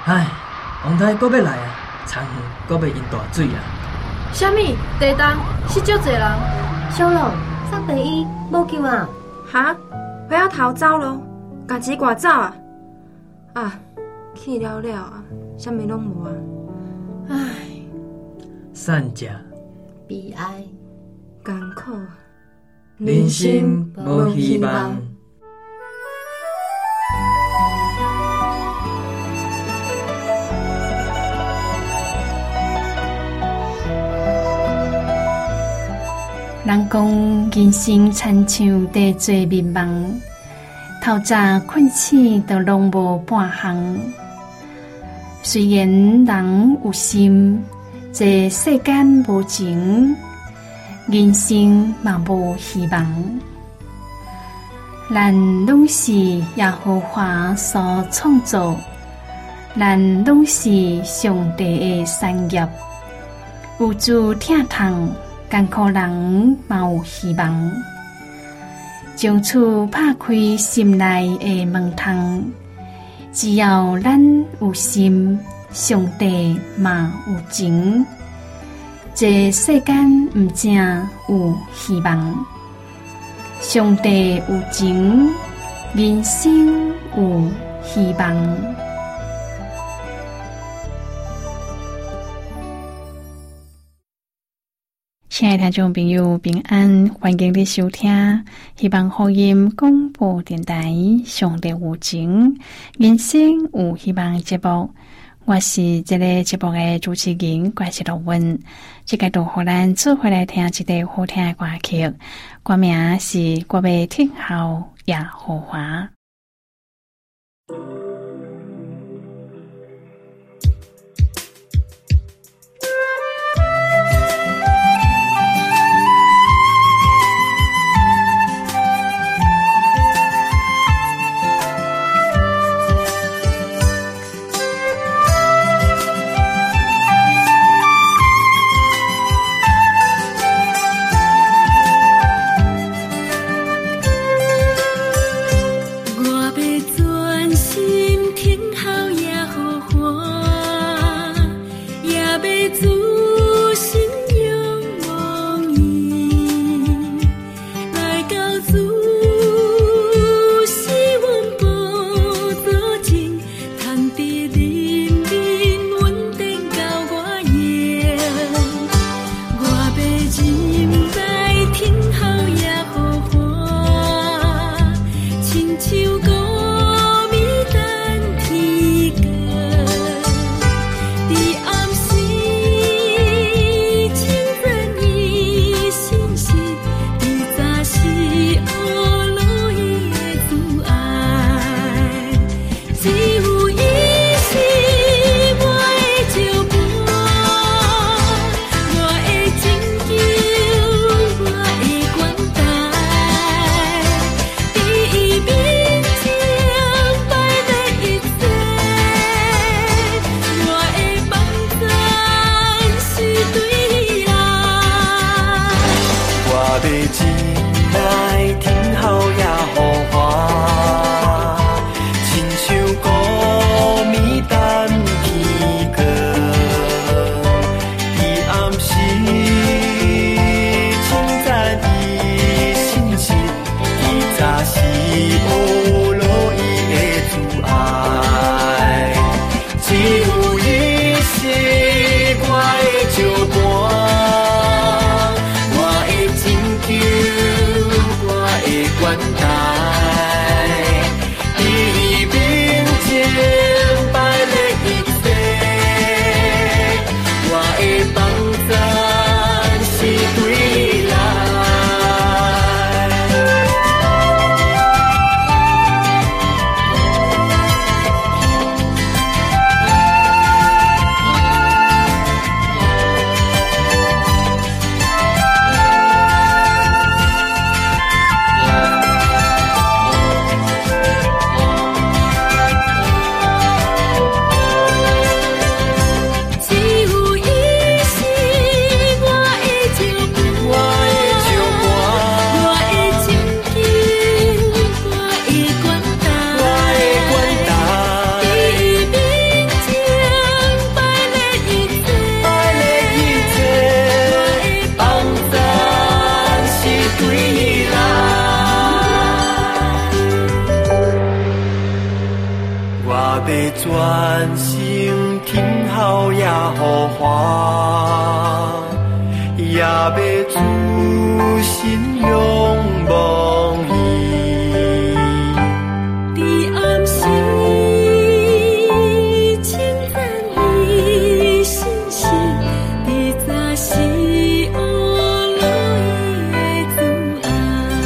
唉，王太阁要来啊，田园阁要淹大水啊！ 啥物？地动死足侪人。 小龙，上第一无救啊！ 哈，回头逃走咯，家己赶走啊！啊，去了了啊，啥物拢无啊！唉， 善食悲哀， 艰苦， 人生无希望。 人讲人生亲像地做迷茫，透早困醒都拢无半项。虽然人有心，这世间无情，人生嘛无希望。咱拢是耶和华所创造，咱拢是上帝的产业，有主疼痛。艰苦人嘛有希望，将厝拍开心内的门窗。只要咱有心，上帝嘛有情。这世间不正有希望，上帝有情，人生有希望。亲爱的听众朋友，平安，欢迎你收听希望福音广播电台上帝有情，人生有希望节目。我是这个节目的主持人怪是罗文，这个都互咱做回来听一个好听的歌曲，歌名是《我要听候耶和华》。 在暗时。 要专心听候也好花，也要主心仰望伊。伫暗时称赞伊信息，伫早时学落伊的慈爱。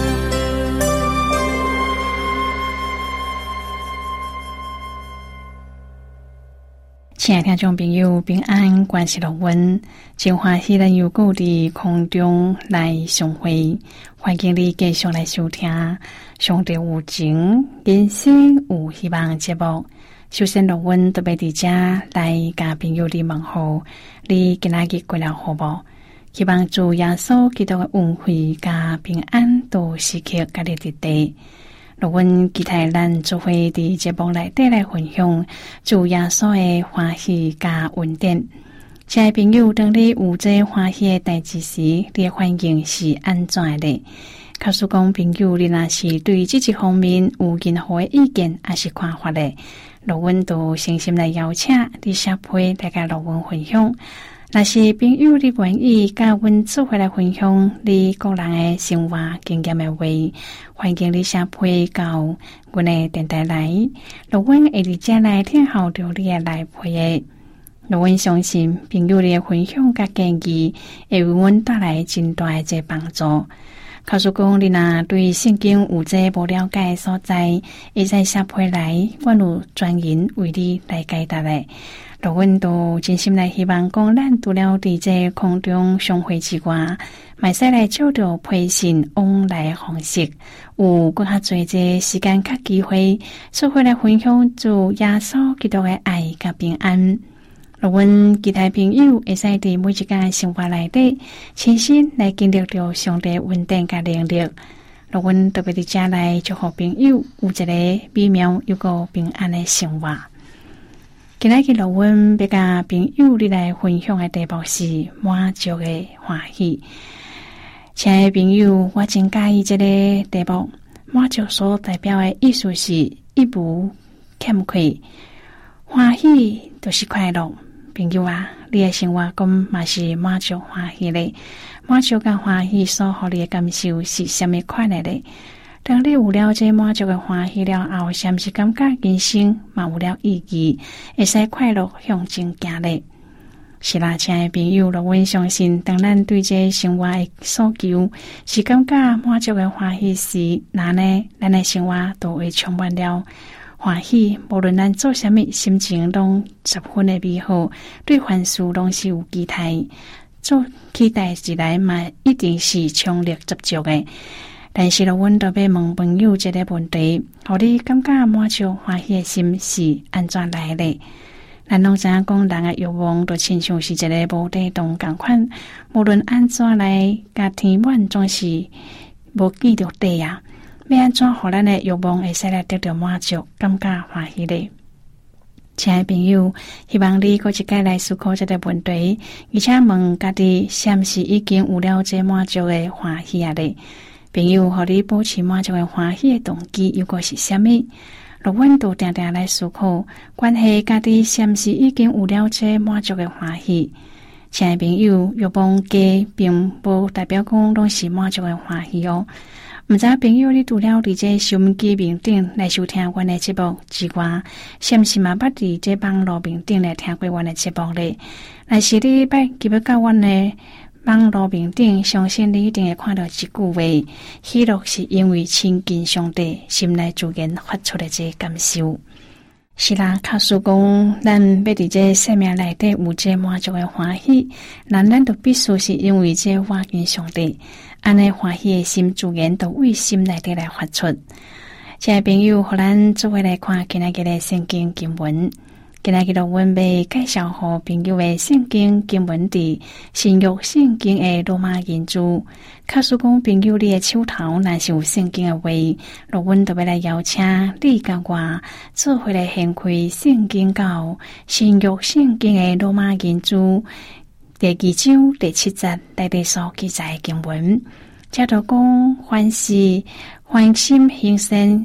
亲爱的听众朋友，平安，关系乐温，真欢喜咱又搁伫空中来相会，欢迎你继续来收听上帝有情，人生有希望节目。首先，乐温特别伫遮来甲朋友你问候，你今仔日过了好无？希望主耶稣基督的恩惠甲平安都时刻甲你伫地。乐温期待咱做伙伫节目内底来分享主耶稣的欢喜甲恩典。亲爱的朋友，当你有这欢喜的代志时，你的反应是安怎的呢？告诉讲朋友，你若是对这一方面有任何的意见还是看法的，乐温都诚心来邀请你写批来甲乐温分享。若是朋友你愿意甲阮做伙来分享你个人的生活经验的话，欢迎你写批到阮的电台来，乐温会伫遮来听候着你的来批的。乐温相信朋友你的分享甲建议会为阮带来真大的这帮助。告诉讲你若对圣经有这无了解的所在，会使写批来，阮有专人为你来解答的。乐温都真心来希望讲，咱除了伫这空中相会之外，嘛使来照着批信往来的方式，有更较侪这时间甲机会，做伙来分享主耶稣基督的爱甲平安。乐温期待朋友会使伫每一天生活内底，亲身来经历着上帝恩典甲能力。乐温特别伫遮来祝福朋友有一个美妙又个平安的生活。今仔日乐温要甲朋友你来分享的题目是满足的欢喜。亲爱的朋友，我真介意这个题目。满足所代表的意思是一无欠缺，欢喜就是快乐。朋友啊，你的生活敢嘛是满足欢喜嘞？满足甲欢喜所互你的感受是什么款的嘞？当你有了这满足的欢喜了后，是不是感觉人生嘛有了意义，会使快乐向前行嘞？是啦，亲爱的朋友，乐温相信，当咱对这生活的所求是感觉满足的欢喜时，那呢，咱的生活都会充满了欢喜。无论咱做什么，心情拢十分的美好，对凡事拢是有期待，做期待之来嘛，一定是强烈执着的。但是乐温都要问朋友这个问题，互你感觉满足欢喜的心是安怎来的？咱拢知影讲，人的欲望就亲像是一个无底洞共款，无论安怎来甲填满，总是无见到底啊！要安怎互咱的欲望会使来得到满足，感觉欢喜咧？亲爱的朋友，希望你搁一摆来思考这个问题，而且问家己是毋是已经有了这满足的欢喜啊咧？朋友，互你保持满足的欢喜的动机又个是什么？乐温都定定来思考，关系家己是毋是已经有了这满足的欢喜。亲爱的朋友，欲望低并无代表讲拢是满足的欢喜哦。毋知朋友你除了伫这收音机面顶来收听阮的节目之外，是毋是嘛捌伫这网络面顶来听过阮的节目咧？若是你捌记要到阮的网络面顶，相信你一定会看到一句话：喜乐是因为亲近上帝，心内自然发出的这感受。是啦，假使讲咱要伫这生命内底有这满足的欢喜，那咱就必须是因为这靠近上帝，安尼欢喜的心自然就为心内底来发出。亲爱的朋友，互咱做伙来看今仔日的圣经经文。今仔日乐温要介绍互朋友的圣经经文伫新约圣经的罗马人书。假使讲朋友你的手头若是有圣经的话，乐温就要来邀请你甲我做伙来掀开圣经到新约圣经的罗马人书第2章第7节内底所记载的经文。这就讲凡是欢心行善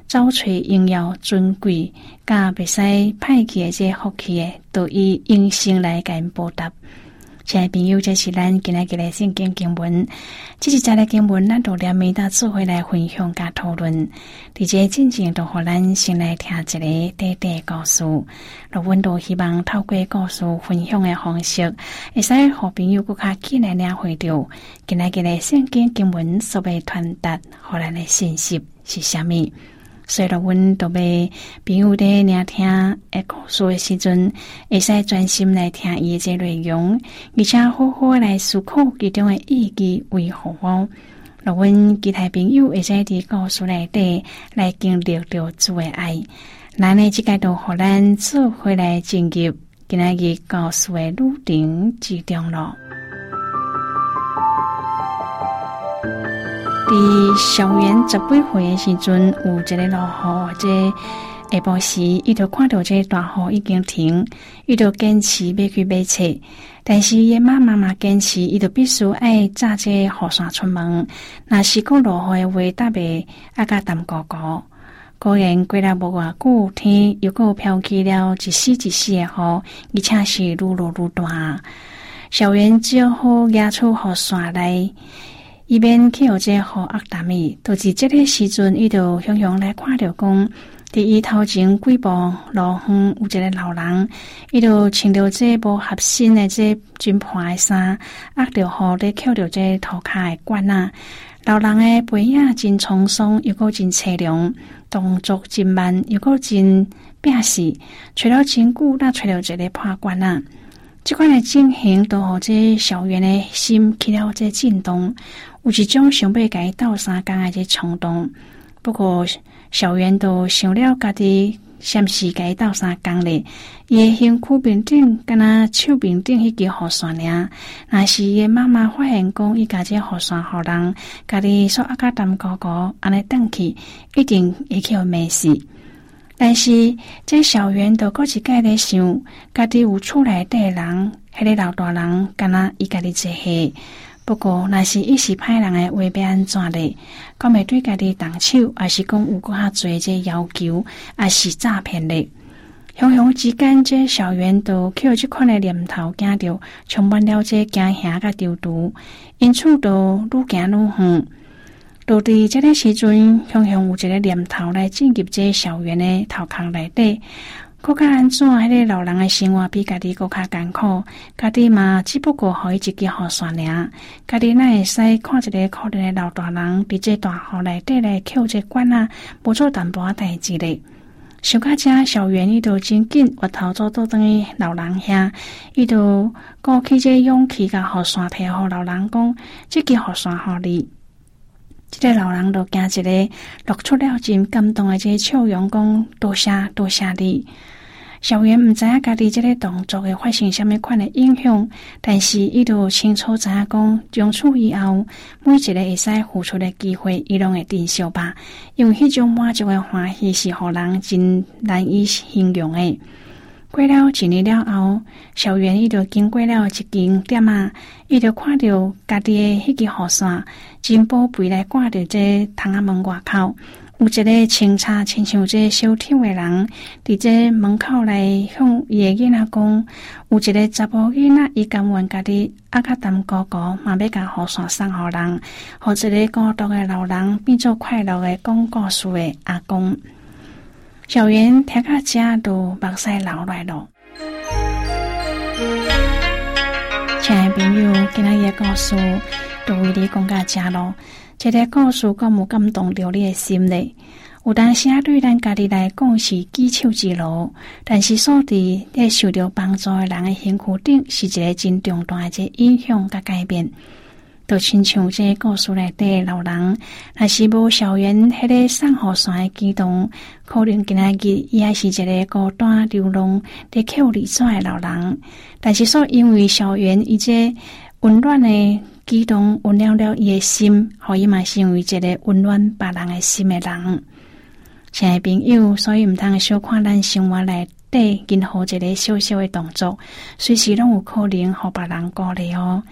找找荣耀尊贵，甲袂使歹去的这福气的，都以用心来甲因报答。亲爱朋友，这是咱今日的圣经经文。这一节的经文，咱就连每搭做回来分享甲讨论。伫这进前，就互咱先来听一个短短故事。阮都希望透过故事分享的方式，会使互朋友更较紧来领会到今日的圣经经文所要传达互咱的信息是啥物。所以阮都要朋友在聆听的故事的时阵，会使专心来听伊的这内容，而且好好来思考其中的意义为何。让阮其他朋友会使伫故事内底来经历到主的爱。咱呢，即个都互咱做回来进入今仔日故事的旅程之中咯。伫校园十几岁的时阵，有一个落雨，这下晡时，伊就看到这大雨已经停，伊就坚持要去买册。但是伊妈妈坚持，伊就必须爱炸这雨伞出门。若是讲落雨的话，搭袂甲淡糊糊。果然过了无偌久，天又搁飘起了一丝一丝的雨，而且是愈落愈大。校园只好拿出雨伞来。伊免去互这雨压淡伊，就是这个时阵，伊就雄雄来看到讲，伫伊头前几步路远有一个老人，伊就穿着这无合身的这真破的衫，压着雨咧扣着这涂骹的管啊。老人的背影真沧桑，又搁真凄凉，动作真慢，又搁真摒势，吹了真久，才吹了一个破管啊。这款的情形都互这校园的心起了这震动，有一种想要甲伊斗相共的这冲动。不过校园都想了家己暂时甲伊斗相共咧，伊的身躯面顶敢若手面顶迄支雨伞尔。若是伊的妈妈发现讲伊甲这雨伞互人，家己所压甲淡糊糊，安尼转去一定会去互骂死。但是这校园都搁一摆咧想，家己有厝内底人，迄个老大人敢若伊家己坐下。不过，若是伊是歹人的话，要安怎咧？敢会对家己动手，还是讲有搁较侪这要求，还是诈骗咧？雄雄之间，这校园都去有这款的念头，惊着充满了这惊吓甲丢毒，因此都愈行愈远。就伫这个时阵，雄雄有一个念头来进入这校园的头壳内底，搁较安怎？迄个老人的生活比家己搁较艰苦，家己嘛只不过互伊一支雨伞尔，家己哪会使看一个可怜的老大人伫这大雨内底来扣这管啊，无做淡薄仔代志咧。想到这校园，伊就真紧回头走倒转去老人遐，伊就鼓起这勇气，甲雨伞摕互老人讲：这支雨伞互你。这个老人就惊一个露出了真感动的这笑容，讲多谢多谢你。校园唔知影家己这个动作会发生什么款的影响，但是伊就清楚知影讲，从此以后每一个会使付出的机会，伊拢会珍惜吧。因为迄种满足的欢喜是互人真难以形容的。过了一年了后，校园伊就经过了一间店啊，伊就看到家己的迄支雨伞真宝贝来挂伫这窗仔门外口，有一个穿插亲像这小丑的人伫这门口来向伊的囡仔讲，有一个查甫囡仔伊甘愿家己压甲淡糊糊，嘛要甲雨伞送互人，互一个孤独的老人变做快乐的讲故事的阿公。校园听到这都目屎流来了。亲爱的朋友，今日的故事就为你讲到这咯。这个故事敢有感动到你的心呢？有当时对咱家己来讲是举手之劳，但是所伫咧受到帮助的人的身躯顶是一个真重大的这影响甲改变。就亲像这故事内底老人，若是无校园迄个送雨伞的机动，可能今仔日伊还是一个孤单流浪伫扣里纸的老人。但是所因为校园伊这温暖的机动，温暖了伊的心，互伊嘛成为一个温暖别人的心的人。亲爱朋友，所以毋通小看咱生活内底任何一个小小的动作，随时拢有可能互别人鼓励哦。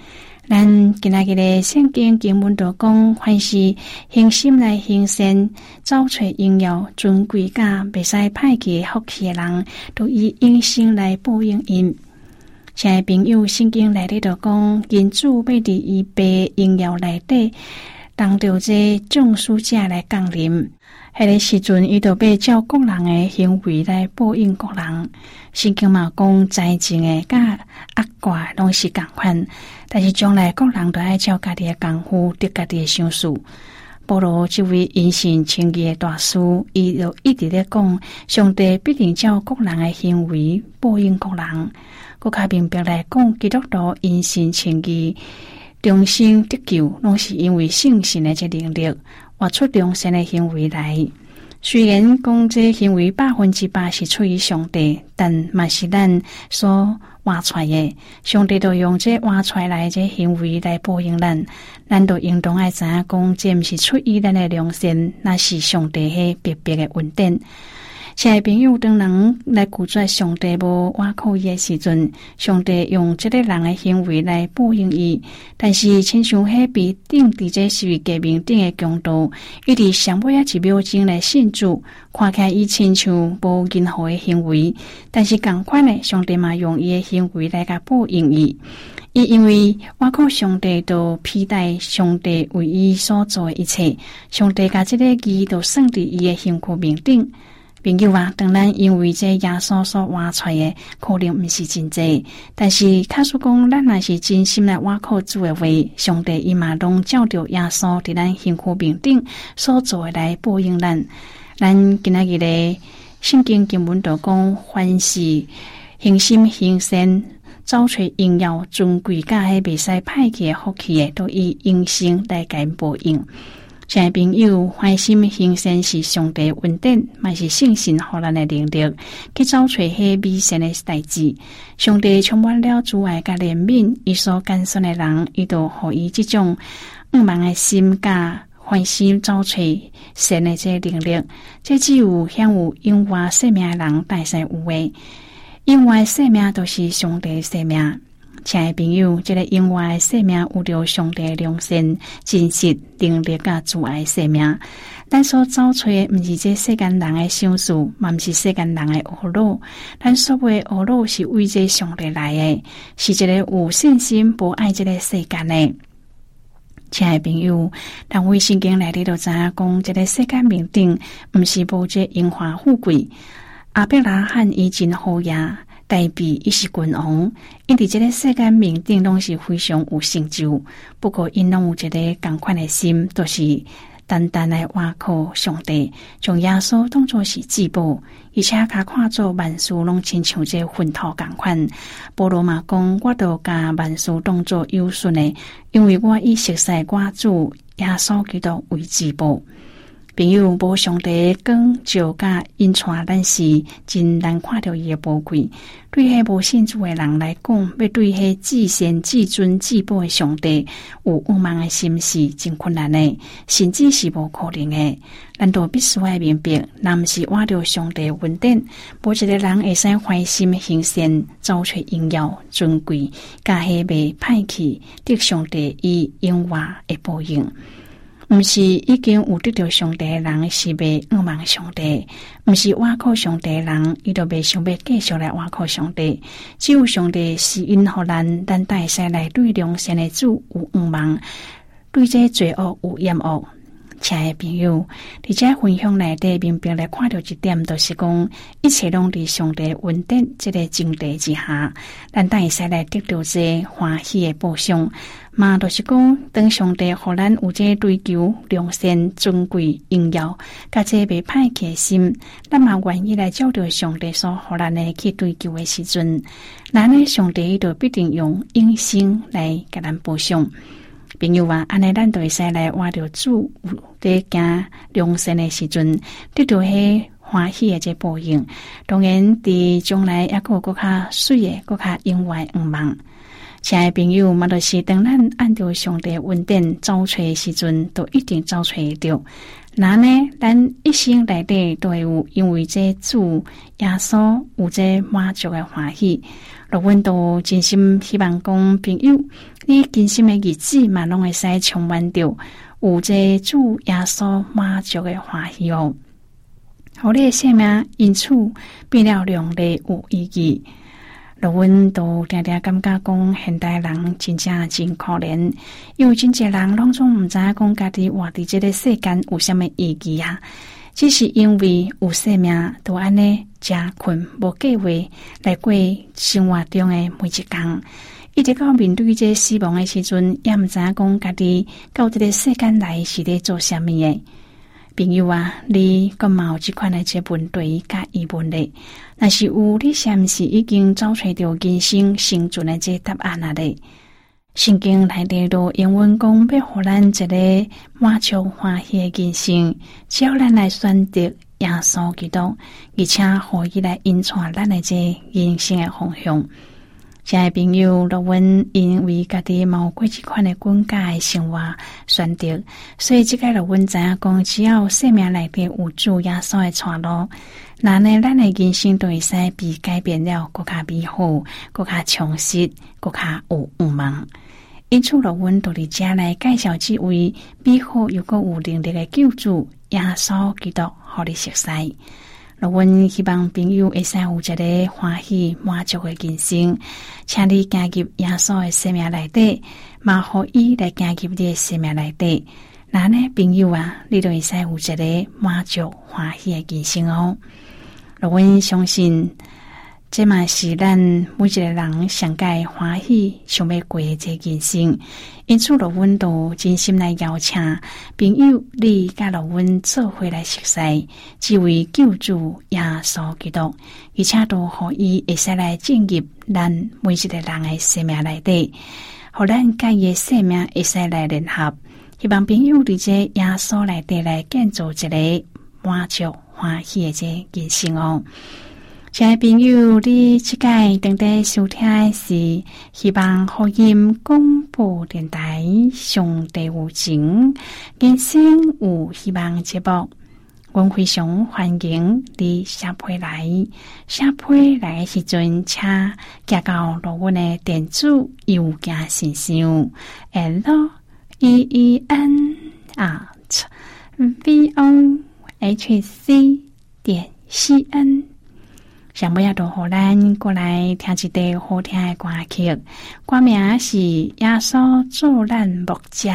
咱今仔日的圣经经文就讲，凡是恒心来行善，找找荣耀尊贵甲袂使歹去福气的人，都以永生来报应因。亲爱朋友，圣经内底就讲，人主要伫伊爸荣耀内底，当着这众使者来降临。迄个时阵，伊就要照各人的行为来报应各人。圣经嘛讲，在前的甲恶怪拢是共款，但是将来各人都爱照家己的功夫得家己的赏赐。保罗这位因信称义的大师，伊就一直咧讲，上帝必定照各人的行为报应各人。更较明白来讲，基督徒因信称义、重生得救，拢是因为圣神的这能力，活出良善的行为来。虽然讲这行为100%是出于上帝，但嘛是咱所挖出来的。上帝都用这挖出来这行为来报应咱，咱都应当爱知影讲，这毋是出于咱的良善，那是上帝迄别别的恩典。亲爱朋友，当人来拒绝上帝无倚靠伊的时阵，上帝用这个人的行为来报应伊。但是亲像迄被钉伫这十字架面顶的强盗，伊伫上尾1秒钟来信主，看起来伊亲像无任何的行为，但是同款的，上帝嘛用伊的行为来甲报应伊。伊因为倚靠上帝，都披戴上帝为伊所做的一切，上帝甲这个义都算伫伊的身躯面顶。朋友啊，当然因为这耶稣所挖出的可能不是真济，但是假使讲咱若是真心来倚靠主的话，上帝伊嘛拢照着耶稣伫咱身躯面顶所做的来报应咱。咱今仔日的圣经经文就讲，凡是恒心行善，找找荣耀尊贵甲迄袂使歹去的福气的，都以永生来甲因报应。亲爱朋友，凡心行善是上帝恩典，嘛是圣神予咱的能力，去找找迄美善的代志。上帝充满了慈爱甲怜悯，伊所拣选的人，伊就予伊这种仰望的心甲凡心找找善的这能力。这只有享有永活生命的人才会有的。永活的生命都是上帝的生命。亲爱朋友，这个永活的生命有着上帝的良善、真实、能力甲慈爱的生命。咱所找找的，毋是这世间人的赏赐，嘛毋是世间人的恶乐。咱所谓恶乐，是为这上帝来的，是一个有信心、无爱这个世间的。亲爱朋友，咱为圣经内底就知影讲，这个世界面顶，毋是无这荣华富贵。亚伯拉罕伊真好呀。代比伊是君王，因伫这个世界面顶拢是非常有成就。不过因拢有一个同款的心，都是单单来倚靠上帝，将耶稣当作是至宝，而且甲看做万事拢亲像这粪土同款。保罗嘛讲，我都甲万事当作有损的，因为我以熟悉我主耶稣基督为至宝。朋友，无上帝光照甲因带，咱是真难看到伊的宝贵。对迄无信主的人来讲，要对迄至善、至尊、至宝的上帝有仰望的心是真困难的，甚至是无可能的。咱都必须要明白，咱毋是倚着上帝的恩典，无一个人会使怀心行善，找找荣耀、尊贵，甲迄袂歹去得上帝以永活的报应。毋是已经有得到上帝的人是袂仰望上帝，毋是倚靠上帝的人，伊就袂想要继续来倚靠上帝。只有上帝是因互咱才会使来对良善的主有仰望，对这罪恶有厌恶。亲爱的朋友，伫这分享内底明白来看到一点，就是讲一切拢伫上帝恩典这个前提之下，咱才会使来得到这欢喜的报偿。嘛，就是讲，当上帝互咱有这追求良善、尊贵、荣耀，甲这袂歹去的心，咱嘛愿意来照着上帝所互咱的去追求的时阵，咱呢上帝就必定用永生来甲咱报偿。朋友啊，安尼咱就会使来挖着主在行良善的时阵，得到迄欢喜的这报应。当然，伫将来也有更较水的、更较永远的愿望。亲爱的朋友，嘛就是当咱按照上帝恩典找找的时阵，都一定找找得到。 那呢，咱一生内底都会有因为这主耶稣有这满足的欢喜。若阮都真心希望讲朋友，你真心的日子嘛，拢会使充满着有这主耶稣满足的欢喜哦。互你的生命因此变了亮丽有意义。若阮都常常感觉讲，现代人真正真可怜，因为真侪人拢总毋知影讲家己活伫这个世间有啥物意义啊！只是因为有生命，都安尼食困无计划来过生活中的每一天，一直到面对这死亡的时阵，也毋知影讲家己到这个世间来是咧做啥物的。朋友啊，你敢嘛有这款的这问题甲疑问咧？若是有，你是毋是已经找找到人生生存的这答案啊咧？圣经内底都英文讲，要互咱一个满足欢喜的人生，只要咱来选择耶稣基督，而且互伊来引带咱的这人生的方向。亲爱的朋友，若阮因为家己嘛有过这款的滚家的生活选择，所以即个若阮知影讲，只要生命内底有主耶稣的带路，那呢咱的人生都会使被改变了，更加美好，更加充实，更加有望。因此，若阮都伫遮来介绍这位美好又个有能力的救主耶稣基督，互你熟悉。若阮希望朋友会使有一个欢喜满足的人生，请你加入耶稣的生命内底，嘛互伊来加入你的生命内底。那呢，朋友啊，你就会使有一个满足欢喜的人生哦。若阮相信，这嘛是咱每一个人上界欢喜想要过的这人生。因此，若阮都真心来邀请朋友你甲若阮做伙来熟悉这位救主耶稣基督，而且都互伊会使来进入咱每一个人的生命内底，互咱甲伊的生命会使来联合。希望朋友伫这耶稣内底来建造一个满足欢喜的这人生哦。亲爱的朋友，你即届等待收听的是希望福音广播电台上帝有情人生有希望节目。阮非常欢迎你下批来的时阵，请寄到落阮的电子邮件信箱 len@vohc.cn。想不要都互咱过来听一段好听的歌曲，歌名是《耶稣做咱牧者》。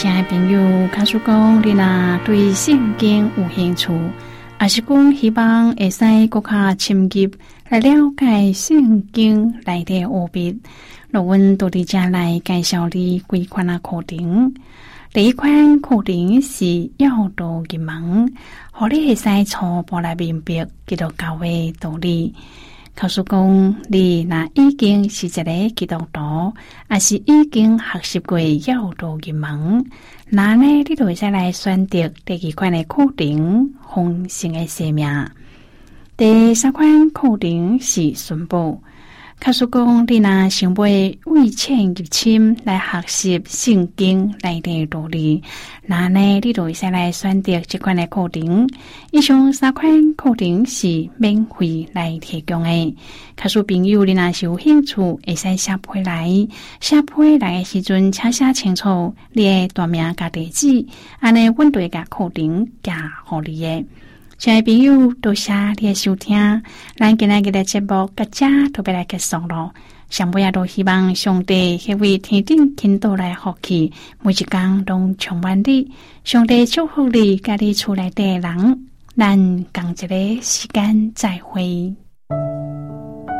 亲爱朋友，假如讲你若对圣经有兴趣，也是讲希望会使更加深入来了解圣经内的奥秘，那阮都伫遮来介绍你几款啊课程。第一款课程是要道入门，互你会使初步来明白基督教的道理。告诉讲，你若已经是一个基督徒，也是已经学习过要道入门，那呢，你就会使来选择第二款的课程，丰盛的生命。第三款课程是顺报。告诉讲，你若想要为浅入深来学习圣经内的道理，那呢，你就会使来选择这款的课程。以上三款课程是免费来提供的。告诉朋友，你若是有兴趣，会使写批来。写批来的时阵，请写清楚你的大名甲地址，安尼阮就会甲课程寄互你的。亲爱朋友，多谢你的收听，咱今日的节目到这就要来结束了。上尾也都希望上帝迄位天顶倾倒来福气，每一天拢充满你。上帝祝福你，甲你厝内的人。咱同一个时间再会。